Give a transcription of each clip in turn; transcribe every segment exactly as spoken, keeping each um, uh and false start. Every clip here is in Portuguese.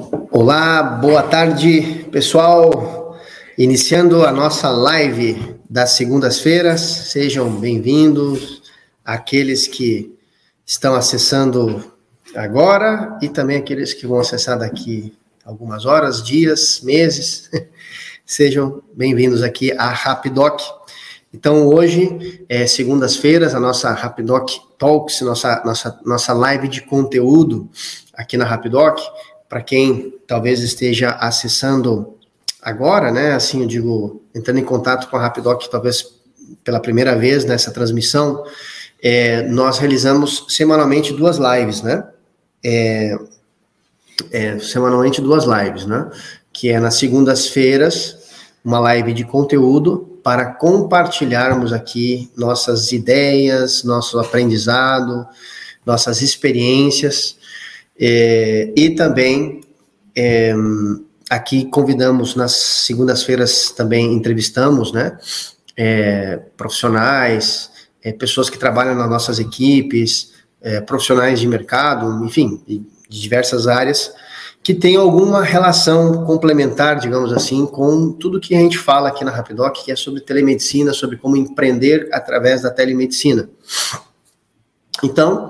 Olá, boa tarde, pessoal. Iniciando a nossa live das segundas-feiras, sejam bem-vindos aqueles que estão acessando agora e também aqueles que vão acessar daqui algumas horas, dias, meses. Sejam bem-vindos aqui à Rapidoc. Então, hoje, é segundas-feiras, a nossa Rapidoc Talks, nossa, nossa, nossa live de conteúdo aqui na Rapidoc. Para quem talvez esteja acessando agora, né, assim eu digo, entrando em contato com a Rapidoc, talvez pela primeira vez nessa transmissão, é, nós realizamos semanalmente duas lives, né, é, é, semanalmente duas lives, né, que é nas segundas-feiras, uma live de conteúdo para compartilharmos aqui nossas ideias, nosso aprendizado, nossas experiências. É, e também é, aqui convidamos nas segundas-feiras também entrevistamos, né, é, profissionais, é, pessoas que trabalham nas nossas equipes, é, profissionais de mercado, enfim, de, de diversas áreas que tem alguma relação complementar, digamos assim, com tudo que a gente fala aqui na Rapidoc, que é sobre telemedicina, sobre como empreender através da telemedicina. Então,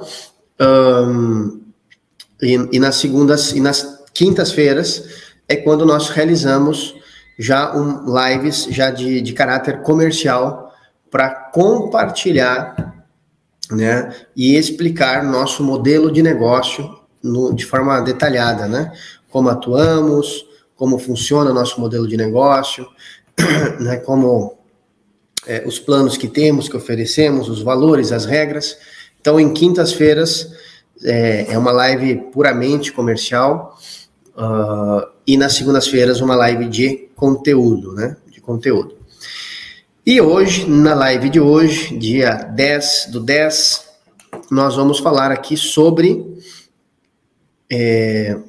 um, E, e nas segundas e nas quintas-feiras é quando nós realizamos já um, lives já de, de caráter comercial para compartilhar, né, e explicar nosso modelo de negócio no, de forma detalhada, né, como atuamos, como funciona nosso modelo de negócio, né, como é, os planos que temos, que oferecemos, os valores, as regras. Então, em quintas-feiras É, é uma live puramente comercial uh, e nas segundas-feiras uma live de conteúdo, né? De conteúdo. E hoje, na live de hoje, dia dez do dez, nós vamos falar aqui sobre é,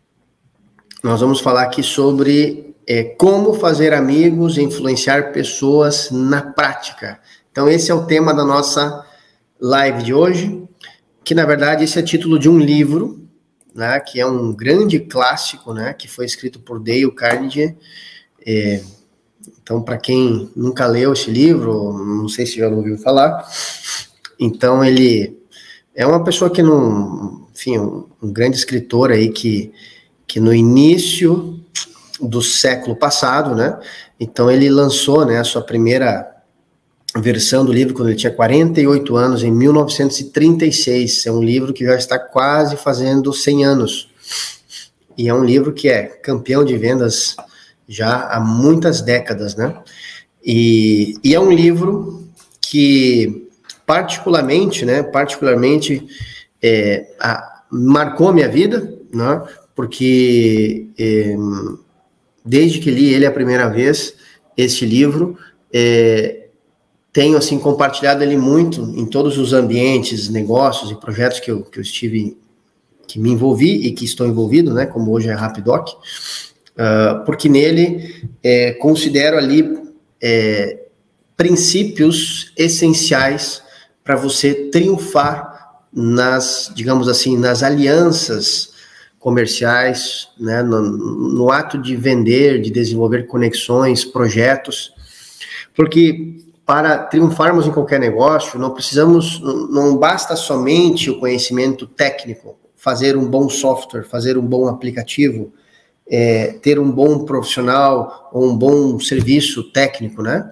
nós vamos falar aqui sobre é, como fazer amigos e influenciar pessoas na prática. Então esse é o tema da nossa live de hoje, que na verdade esse é título de um livro, né, que é um grande clássico, né, que foi escrito por Dale Carnegie. É, então, para quem nunca leu esse livro, não sei se já ouviu falar, então ele é uma pessoa que não, enfim, um, um grande escritor aí que, que no início do século passado, né, então ele lançou, né, a sua primeira versão do livro quando ele tinha quarenta e oito anos, em mil novecentos e trinta e seis. É um livro que já está quase fazendo cem anos. E é um livro que é campeão de vendas já há muitas décadas, né? E, e é um livro que particularmente, né, particularmente é, a, marcou a minha vida, né? Porque é, desde que li ele a primeira vez, este livro, é, tenho, assim, compartilhado ele muito em todos os ambientes, negócios e projetos que eu, que eu estive, que me envolvi e que estou envolvido, né, como hoje é a Rapidoc, uh, porque nele é, considero ali é, princípios essenciais para você triunfar nas, digamos assim, nas alianças comerciais, né, no, no ato de vender, de desenvolver conexões, projetos, porque para triunfarmos em qualquer negócio, não precisamos, não basta somente o conhecimento técnico, fazer um bom software, fazer um bom aplicativo, é, ter um bom profissional ou um bom serviço técnico, né?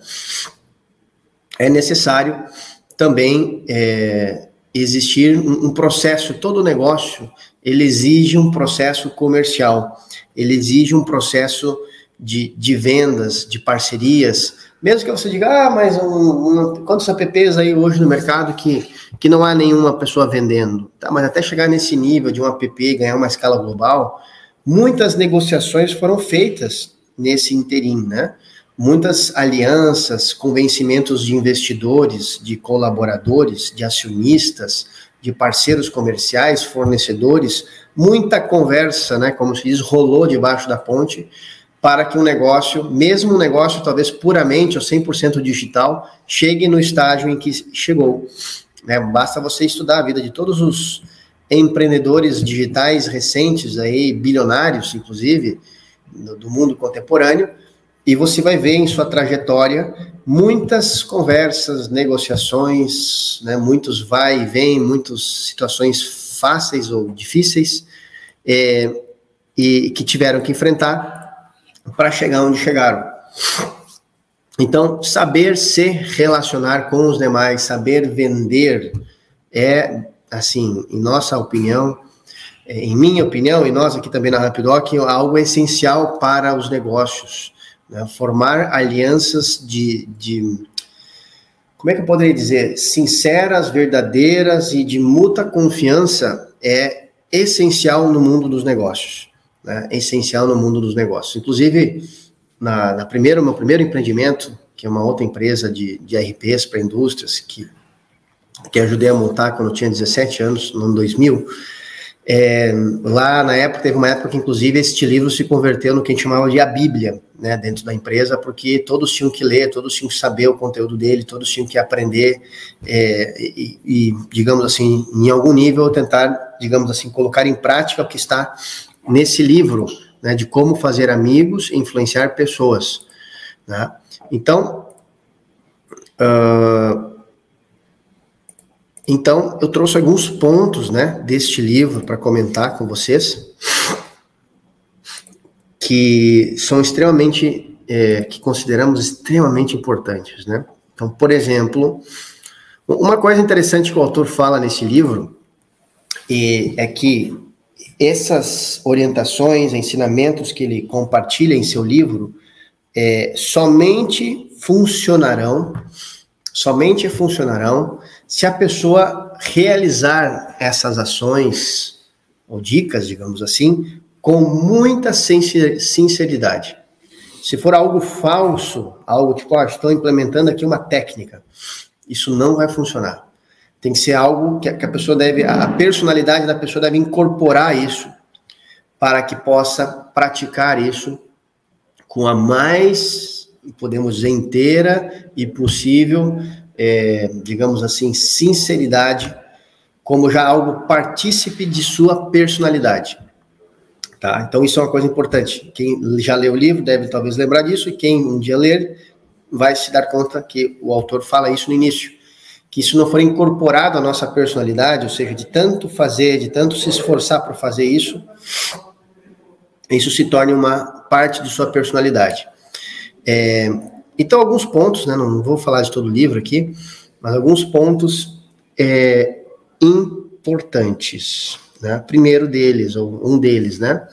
É necessário também é, existir um, um processo, todo negócio, ele exige um processo comercial, ele exige um processo de, de vendas, de parcerias. Mesmo que você diga, ah, mas um, um, quantos apps aí hoje no mercado que, que não há nenhuma pessoa vendendo? Tá, mas até chegar nesse nível de um app e ganhar uma escala global, muitas negociações foram feitas nesse interim, né? Muitas alianças, convencimentos de investidores, de colaboradores, de acionistas, de parceiros comerciais, fornecedores, muita conversa, né? Como se diz, rolou debaixo da ponte, para que um negócio, mesmo um negócio talvez puramente ou cem por cento digital, chegue no estágio em que chegou. Né? Basta você estudar a vida de todos os empreendedores digitais recentes, aí, bilionários, inclusive, do, do mundo contemporâneo, e você vai ver em sua trajetória muitas conversas, negociações, né, muitos vai e vem, muitas situações fáceis ou difíceis, é, e que tiveram que enfrentar para chegar onde chegaram. Então, saber se relacionar com os demais, saber vender é, assim, em nossa opinião, em minha opinião, e nós aqui também na Rapidoc, algo essencial para os negócios. Né? Formar alianças de, de, como é que eu poderia dizer, sinceras, verdadeiras e de muita confiança é essencial no mundo dos negócios. Né? É essencial no mundo dos negócios. Inclusive, na, na primeiro, meu primeiro empreendimento, que é uma outra empresa de, de R Ps para indústrias, que, que ajudei a montar quando eu tinha dezessete anos, no ano dois mil, é, lá na época, teve uma época que inclusive este livro se converteu no que a gente chamava de a Bíblia, né, dentro da empresa, porque todos tinham que ler, todos tinham que saber o conteúdo dele, todos tinham que aprender é, e, e, digamos assim, em algum nível tentar, digamos assim, colocar em prática o que está nesse livro, né, de como fazer amigos e influenciar pessoas, né? Então, uh, então, eu trouxe alguns pontos, né, deste livro para comentar com vocês, que são extremamente, é, que consideramos extremamente importantes, né? Então, por exemplo, uma coisa interessante que o autor fala nesse livro é, é que essas orientações, ensinamentos que ele compartilha em seu livro, é, somente funcionarão, somente funcionarão se a pessoa realizar essas ações, ou dicas, digamos assim, com muita sinceridade. Se for algo falso, algo tipo, ah, estou implementando aqui uma técnica, isso não vai funcionar. Tem que ser algo que a pessoa deve, a personalidade da pessoa deve incorporar isso, para que possa praticar isso com a mais, podemos dizer, inteira e possível, é, digamos assim, sinceridade, como já algo partícipe de sua personalidade. Tá? Então, isso é uma coisa importante. Quem já leu o livro deve talvez lembrar disso, e quem um dia ler vai se dar conta que o autor fala isso no início, que isso não for incorporado à nossa personalidade, ou seja, de tanto fazer, de tanto se esforçar para fazer isso, isso se torne uma parte de sua personalidade. É, então, alguns pontos, né, não vou falar de todo o livro aqui, mas alguns pontos é, importantes. Né? Primeiro deles, ou um deles, né?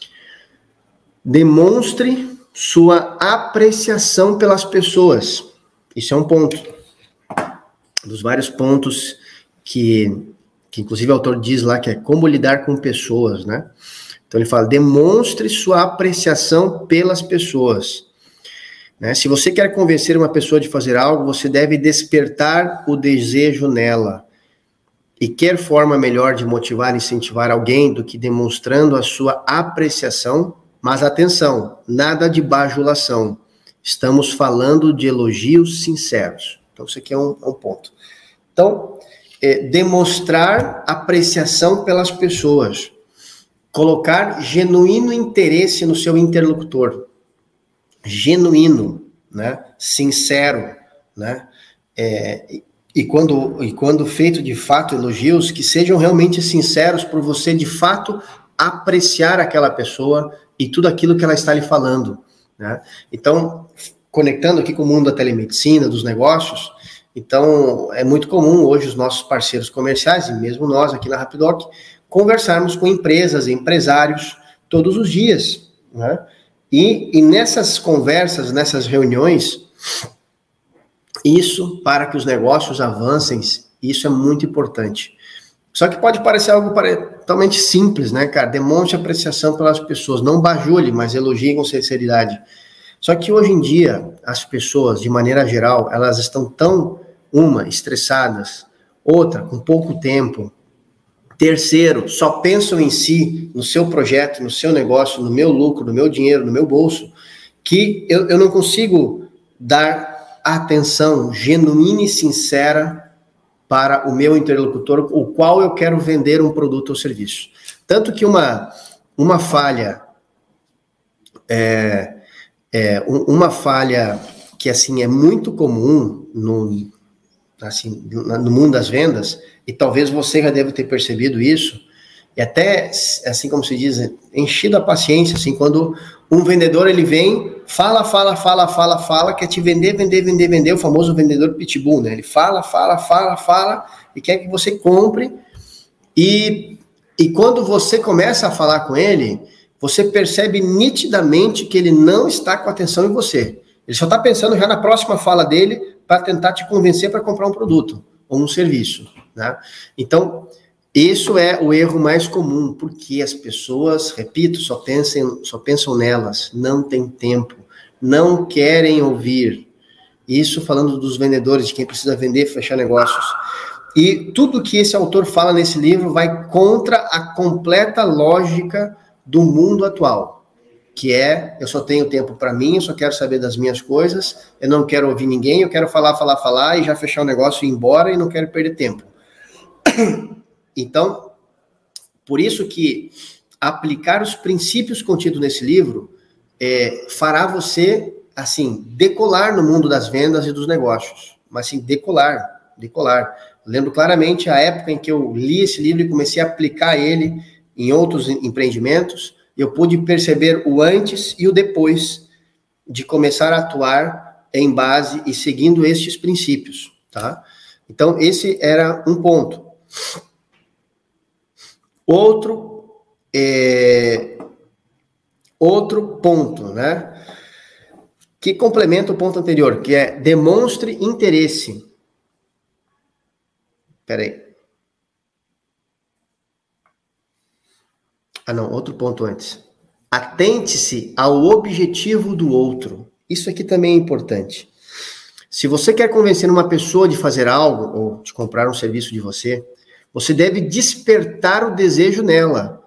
Demonstre sua apreciação pelas pessoas. Isso é um ponto. Dos vários pontos que, que inclusive o autor diz lá, que é como lidar com pessoas, né? Então ele fala, demonstre sua apreciação pelas pessoas. Né? Se você quer convencer uma pessoa de fazer algo, você deve despertar o desejo nela. E quer forma melhor de motivar e incentivar alguém do que demonstrando a sua apreciação? Mas atenção, nada de bajulação. Estamos falando de elogios sinceros. Então, isso aqui é um, é um ponto. Então, é, demonstrar apreciação pelas pessoas. Colocar genuíno interesse no seu interlocutor. Genuíno, né? Sincero, né? É, e, quando, e quando feito de fato elogios, que sejam realmente sinceros por você de fato apreciar aquela pessoa e tudo aquilo que ela está lhe falando, né? Então, conectando aqui com o mundo da telemedicina, dos negócios, então é muito comum hoje os nossos parceiros comerciais, e mesmo nós aqui na Rapidoc, conversarmos com empresas e empresários todos os dias, né? E, e nessas conversas, nessas reuniões, isso, para que os negócios avancem, isso é muito importante. Só que pode parecer algo totalmente simples, né, cara? Demonstre apreciação pelas pessoas, não bajule, mas elogie com sinceridade. Só que hoje em dia, as pessoas, de maneira geral, elas estão tão, uma, estressadas, outra, com pouco tempo, terceiro, só pensam em si, no seu projeto, no seu negócio, no meu lucro, no meu dinheiro, no meu bolso, que eu, eu não consigo dar atenção genuína e sincera para o meu interlocutor, o qual eu quero vender um produto ou serviço. Tanto que uma, uma falha, é, é, uma falha que assim é muito comum no, assim, no mundo das vendas, e talvez você já deve ter percebido isso, e até, assim como se diz, enchido a paciência, assim, quando um vendedor, ele vem, fala, fala, fala, fala, fala, quer te vender, vender, vender, vender, o famoso vendedor pitbull, né? Ele fala, fala, fala, fala, e quer que você compre, e, e quando você começa a falar com ele, você percebe nitidamente que ele não está com atenção em você. Ele só está pensando já na próxima fala dele para tentar te convencer para comprar um produto ou um serviço, né? Então, isso é o erro mais comum, porque as pessoas, repito, só pensam, só pensam nelas, não tem tempo, não querem ouvir. Isso falando dos vendedores, de quem precisa vender, fechar negócios. E tudo que esse autor fala nesse livro vai contra a completa lógica do mundo atual, que é, eu só tenho tempo para mim, eu só quero saber das minhas coisas, eu não quero ouvir ninguém, eu quero falar, falar, falar, e já fechar o negócio e ir embora, e não quero perder tempo. Então, por isso que aplicar os princípios contidos nesse livro é, fará você, assim, decolar no mundo das vendas e dos negócios. Mas, assim, decolar, decolar. Eu lembro claramente a época em que eu li esse livro e comecei a aplicar ele em outros empreendimentos, eu pude perceber o antes e o depois de começar a atuar em base e seguindo estes princípios, tá? Então, esse era um ponto. Outro, é, outro ponto, né, que complementa o ponto anterior, que é demonstre interesse. Espera aí. Ah, não, outro ponto antes. Atente-se ao objetivo do outro. Isso aqui também é importante. Se você quer convencer uma pessoa de fazer algo, ou de comprar um serviço de você, você deve despertar o desejo nela.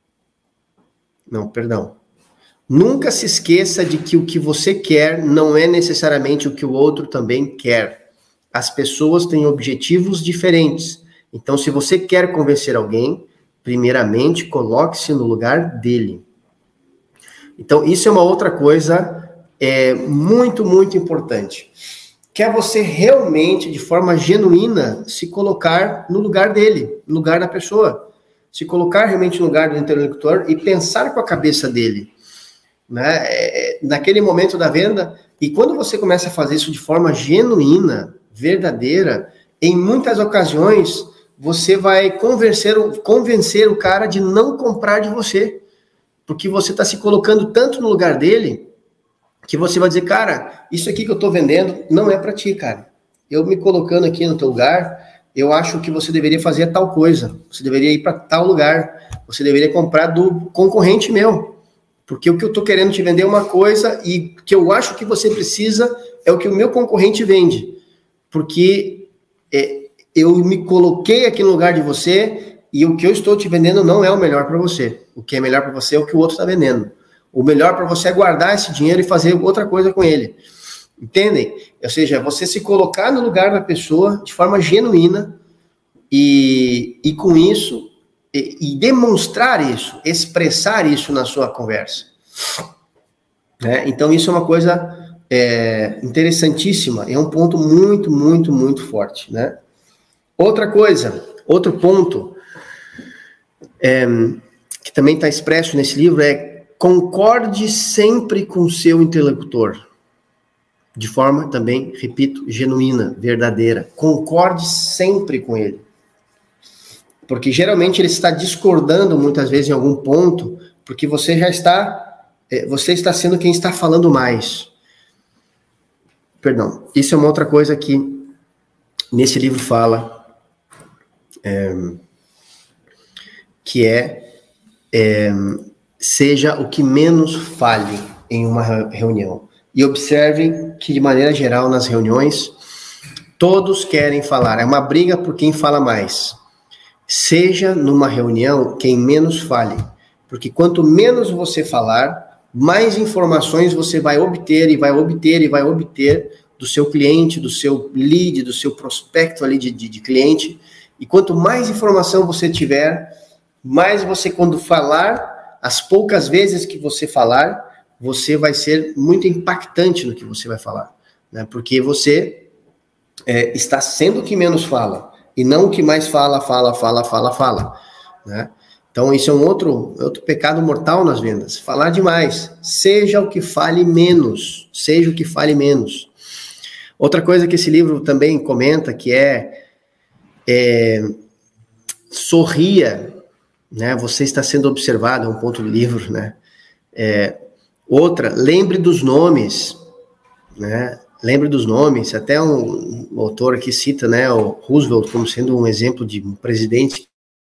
Não, perdão. Nunca se esqueça de que o que você quer não é necessariamente o que o outro também quer. As pessoas têm objetivos diferentes. Então, se você quer convencer alguém, primeiramente, coloque-se no lugar dele. Então, isso é uma outra coisa é, muito, muito importante. Que é você realmente, de forma genuína, se colocar no lugar dele, no lugar da pessoa. Se colocar realmente no lugar do interlocutor e pensar com a cabeça dele, né? É, naquele momento da venda. E quando você começa a fazer isso de forma genuína, verdadeira, em muitas ocasiões, você vai convencer, convencer o cara de não comprar de você. Porque você está se colocando tanto no lugar dele, que você vai dizer, cara, isso aqui que eu estou vendendo não é para ti, cara. Eu me colocando aqui no teu lugar, eu acho que você deveria fazer tal coisa. Você deveria ir para tal lugar. Você deveria comprar do concorrente meu. Porque o que eu estou querendo te vender é uma coisa e que eu acho que você precisa é o que o meu concorrente vende. Porque é, eu me coloquei aqui no lugar de você e o que eu estou te vendendo não é o melhor para você. O que é melhor para você é o que o outro está vendendo. O melhor para você é guardar esse dinheiro e fazer outra coisa com ele. Entendem? Ou seja, você se colocar no lugar da pessoa de forma genuína e, e com isso, e, e demonstrar isso, expressar isso na sua conversa. Né? Então, isso é uma coisa é, interessantíssima. É um ponto muito, muito, muito forte. Né? Outra coisa, outro ponto é, que também está expresso nesse livro é concorde sempre com o seu interlocutor, de forma também, repito, genuína, verdadeira. Concorde sempre com ele. Porque geralmente ele está discordando muitas vezes em algum ponto, porque você já está, você está sendo quem está falando mais. Perdão, isso é uma outra coisa que nesse livro fala, é, que é, é seja o que menos fale em uma reunião. E observem que, de maneira geral, nas reuniões, todos querem falar. É uma briga por quem fala mais. Seja numa reunião quem menos fale. Porque quanto menos você falar, mais informações você vai obter e vai obter e vai obter do do seu cliente, do seu lead, do seu prospecto ali de, de, de cliente. E quanto mais informação você tiver, mais você, quando falar, as poucas vezes que você falar, você vai ser muito impactante no que você vai falar, né? Porque você é, está sendo o que menos fala, e não o que mais fala, fala, fala, fala, fala, né? Então, isso é um outro, outro pecado mortal nas vendas. Falar demais. Seja o que fale menos. Seja o que fale menos. Outra coisa que esse livro também comenta, que é, é sorria, né? Você está sendo observado, é um ponto do livro, né? É, outra, lembre dos nomes, né? Lembre dos nomes. Até um, um autor aqui cita, né, o Roosevelt como sendo um exemplo de um presidente.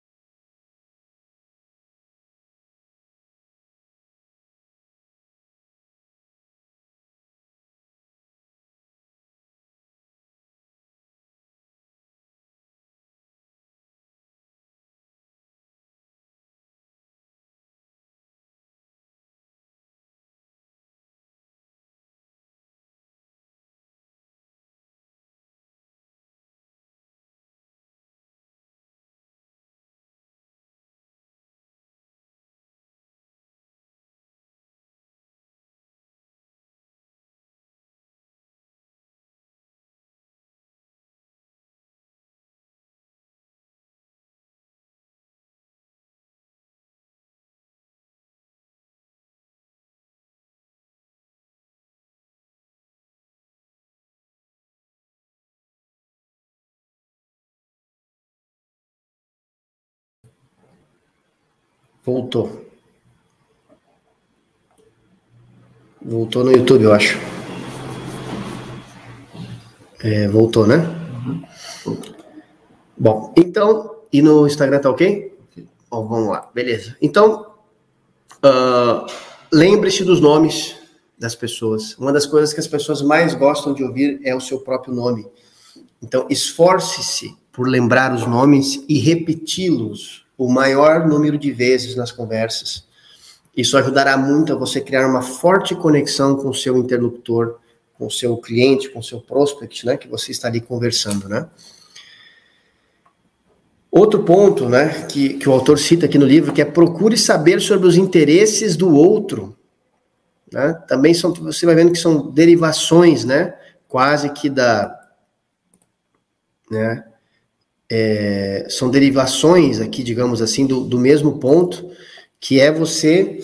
Voltou. Voltou no YouTube, eu acho. É, voltou, né? Uhum. Bom, então, e no Instagram tá ok? Bom, vamos lá, beleza. Então, uh, lembre-se dos nomes das pessoas. Uma das coisas que as pessoas mais gostam de ouvir é o seu próprio nome. Então, esforce-se por lembrar os nomes e repeti-los o maior número de vezes nas conversas. Isso ajudará muito a você criar uma forte conexão com o seu interlocutor, com o seu cliente, com o seu prospect, né, que você está ali conversando, né? Outro ponto, né, que, que o autor cita aqui no livro, que é procure saber sobre os interesses do outro, né? Também são, você vai vendo que são derivações, né, quase que da, né, é, são derivações aqui, digamos assim, do, do mesmo ponto, que é você,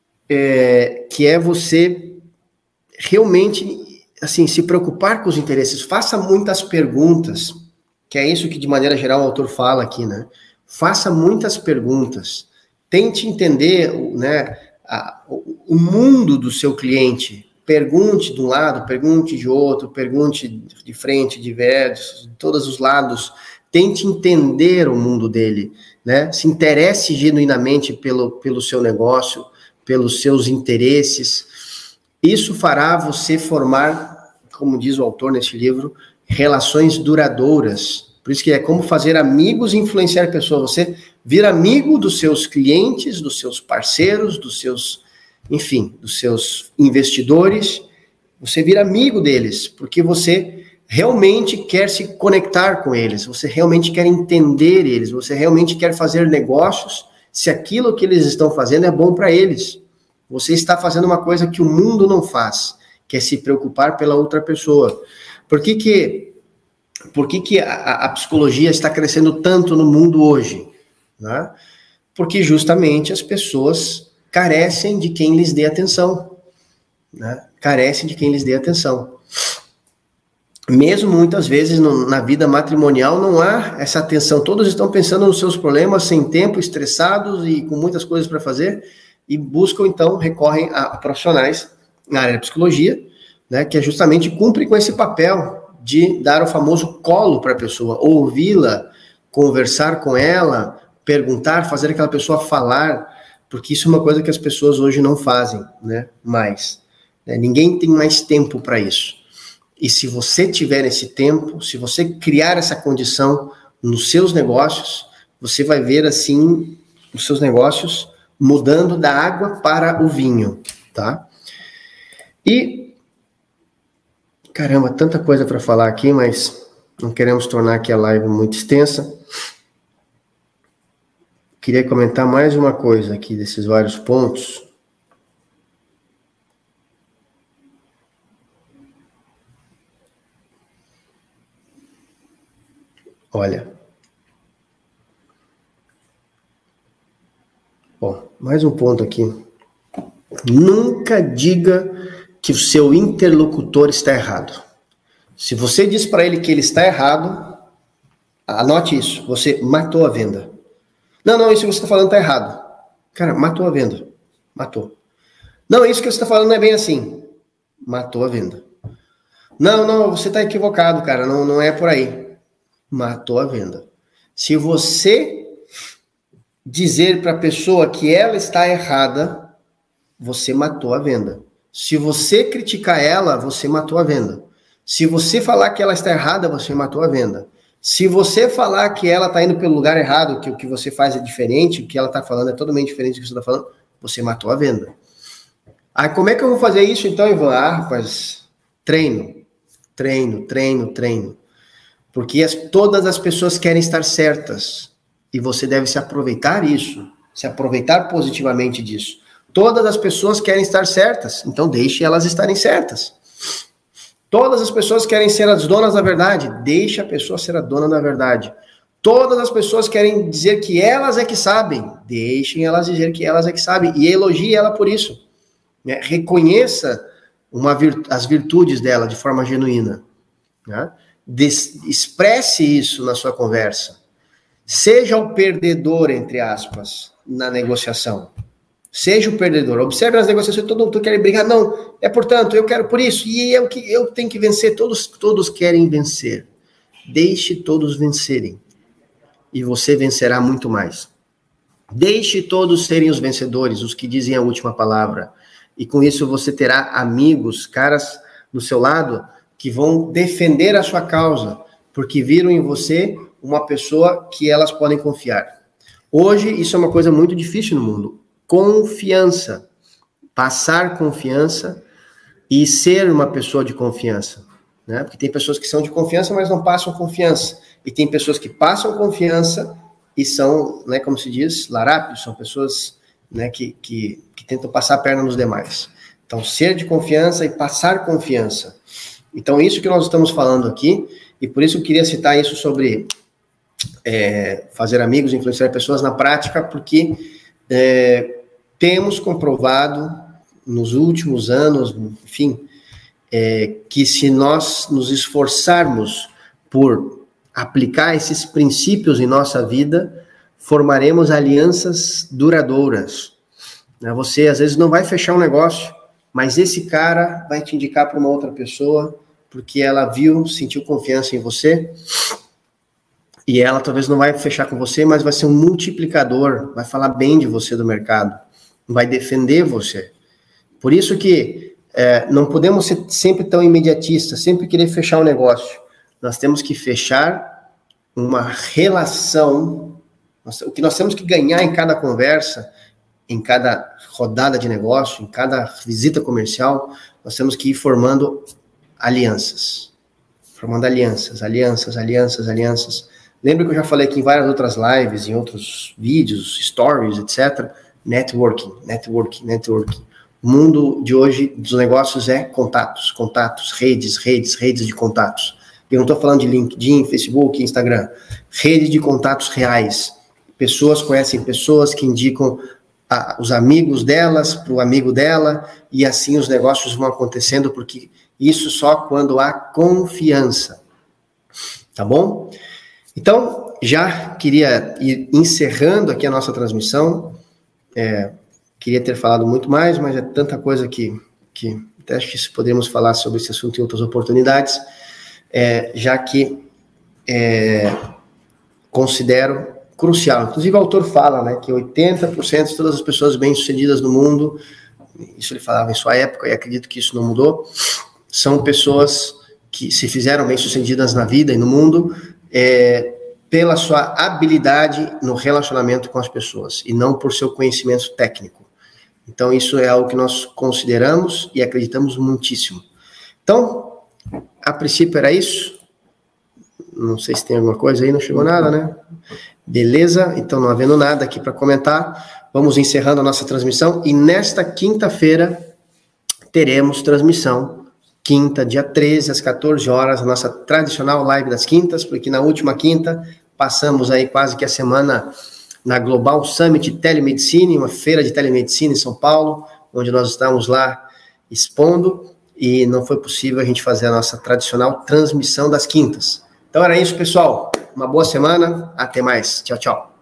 é, que é você realmente, assim, se preocupar com os interesses. Faça muitas perguntas, que é isso que de maneira geral o autor fala aqui, né? Faça muitas perguntas, tente entender, né, a, o mundo do seu cliente. Pergunte de um lado, pergunte de outro, pergunte de frente, de verso, de todos os lados. Tente entender o mundo dele, né? Se interesse genuinamente pelo, pelo seu negócio, pelos seus interesses. Isso fará você formar, como diz o autor neste livro, relações duradouras. Por isso que é como fazer amigos e influenciar pessoas. Você vira amigo dos seus clientes, dos seus parceiros, dos seus, enfim, dos seus investidores. Você vira amigo deles, porque você realmente quer se conectar com eles, você realmente quer entender eles, você realmente quer fazer negócios se aquilo que eles estão fazendo é bom para eles. Você está fazendo uma coisa que o mundo não faz, que é se preocupar pela outra pessoa. Por que que, por que, que a, a psicologia está crescendo tanto no mundo hoje? Né? Porque justamente as pessoas carecem de quem lhes dê atenção. Né? Carecem de quem lhes dê atenção. Mesmo muitas vezes no, na vida matrimonial não há essa atenção. Todos estão pensando nos seus problemas, sem tempo, estressados e com muitas coisas para fazer, e buscam, então, recorrem a, a profissionais na área da psicologia, né, que é justamente cumpre com esse papel de dar o famoso colo para a pessoa, ouvi-la, conversar com ela, perguntar, fazer aquela pessoa falar, porque isso é uma coisa que as pessoas hoje não fazem, né, mais. Né, ninguém tem mais tempo para isso. E se você tiver esse tempo, se você criar essa condição nos seus negócios, você vai ver, assim, os seus negócios mudando da água para o vinho, tá? E Caramba, tanta coisa para falar aqui, mas não queremos tornar aqui a live muito extensa. Queria comentar mais uma coisa aqui desses vários pontos. Olha. Bom, mais um ponto aqui. Nunca diga que o seu interlocutor está errado. Se você diz para ele que ele está errado, anote isso, você matou a venda. Não, não, isso que você está falando está errado. Cara, matou a venda. Matou. Não, isso que você está falando não é bem assim. Matou a venda. Não, não, você está equivocado, cara, não, não é por aí. Matou a venda. Se você dizer para a pessoa que ela está errada, você matou a venda. Se você criticar ela, você matou a venda. Se você falar que ela está errada, você matou a venda. Se você falar que ela está indo pelo lugar errado, que o que você faz é diferente, o que ela está falando é totalmente diferente do que você está falando, você matou a venda. Ah, como é que eu vou fazer isso então, Ivan? Ah, rapaz, treino, treino, treino, treino. Porque as, todas as pessoas querem estar certas. E você deve se aproveitar isso, se aproveitar positivamente disso. Todas as pessoas querem estar certas, então deixe elas estarem certas. Todas as pessoas querem ser as donas da verdade, deixe a pessoa ser a dona da verdade. Todas as pessoas querem dizer que elas é que sabem, deixem elas dizer que elas é que sabem, e elogie ela por isso. Né? Reconheça uma vir, as virtudes dela de forma genuína. Né? Des, expresse isso na sua conversa. Seja o perdedor, entre aspas, na negociação. Seja o perdedor. Observe nas negociações, todo mundo quer brigar. Não, é portanto, eu quero por isso. E eu, eu tenho que vencer. Todos, todos querem vencer. Deixe todos vencerem. E você vencerá muito mais. Deixe todos serem os vencedores, os que dizem a última palavra. E com isso você terá amigos, caras do seu lado, que vão defender a sua causa, porque viram em você uma pessoa que elas podem confiar. Hoje, isso é uma coisa muito difícil no mundo. Confiança. Passar confiança e ser uma pessoa de confiança. Né? Porque tem pessoas que são de confiança, mas não passam confiança. E tem pessoas que passam confiança e são, né, como se diz, larápios, são pessoas, né, que, que, que tentam passar a perna nos demais. Então, ser de confiança e passar confiança. Então, isso que nós estamos falando aqui, e por isso eu queria citar isso sobre é, fazer amigos, influenciar pessoas na prática, porque é, temos comprovado nos últimos anos, enfim, é, que se nós nos esforçarmos por aplicar esses princípios em nossa vida, formaremos alianças duradouras. Você, às vezes, não vai fechar um negócio, mas esse cara vai te indicar para uma outra pessoa, porque ela viu, sentiu confiança em você, e ela talvez não vai fechar com você, mas vai ser um multiplicador, vai falar bem de você do mercado, vai defender você. Por isso que é, não podemos ser sempre tão imediatistas, sempre querer fechar um negócio. Nós temos que fechar uma relação, o que nós temos que ganhar em cada conversa, em cada rodada de negócio, em cada visita comercial, nós temos que ir formando alianças. Formando alianças, alianças, alianças, alianças. Lembra que eu já falei aqui em várias outras lives, em outros vídeos, stories, etcétera. Networking, networking, networking. O mundo de hoje dos negócios é contatos, contatos, redes, redes, redes de contatos. Eu não estou falando de LinkedIn, Facebook, Instagram. Rede de contatos reais. Pessoas conhecem pessoas que indicam a, os amigos delas para o amigo dela, e assim os negócios vão acontecendo, porque isso só quando há confiança. Tá bom? Então, já queria ir encerrando aqui a nossa transmissão. É, queria ter falado muito mais, mas é tanta coisa que, que até acho que poderíamos falar sobre esse assunto em outras oportunidades, é, já que é, considero crucial. Inclusive, o autor fala, né, que oitenta por cento de todas as pessoas bem-sucedidas no mundo, isso ele falava em sua época, e acredito que isso não mudou, são pessoas que se fizeram bem-sucedidas na vida e no mundo, é, pela sua habilidade no relacionamento com as pessoas, e não por seu conhecimento técnico. Então, isso é algo que nós consideramos e acreditamos muitíssimo. Então, a princípio era isso. Não sei se tem alguma coisa aí, não chegou nada, né? Beleza, então não havendo nada aqui para comentar, vamos encerrando a nossa transmissão. E nesta quinta-feira teremos transmissão. Quinta, dia treze, às quatorze horas, a nossa tradicional live das quintas, porque na última quinta passamos aí quase que a semana na Global Summit Telemedicine, uma feira de telemedicina em São Paulo, onde nós estamos lá expondo, e não foi possível a gente fazer a nossa tradicional transmissão das quintas. Então era isso, pessoal. Uma boa semana. Até mais. Tchau, tchau.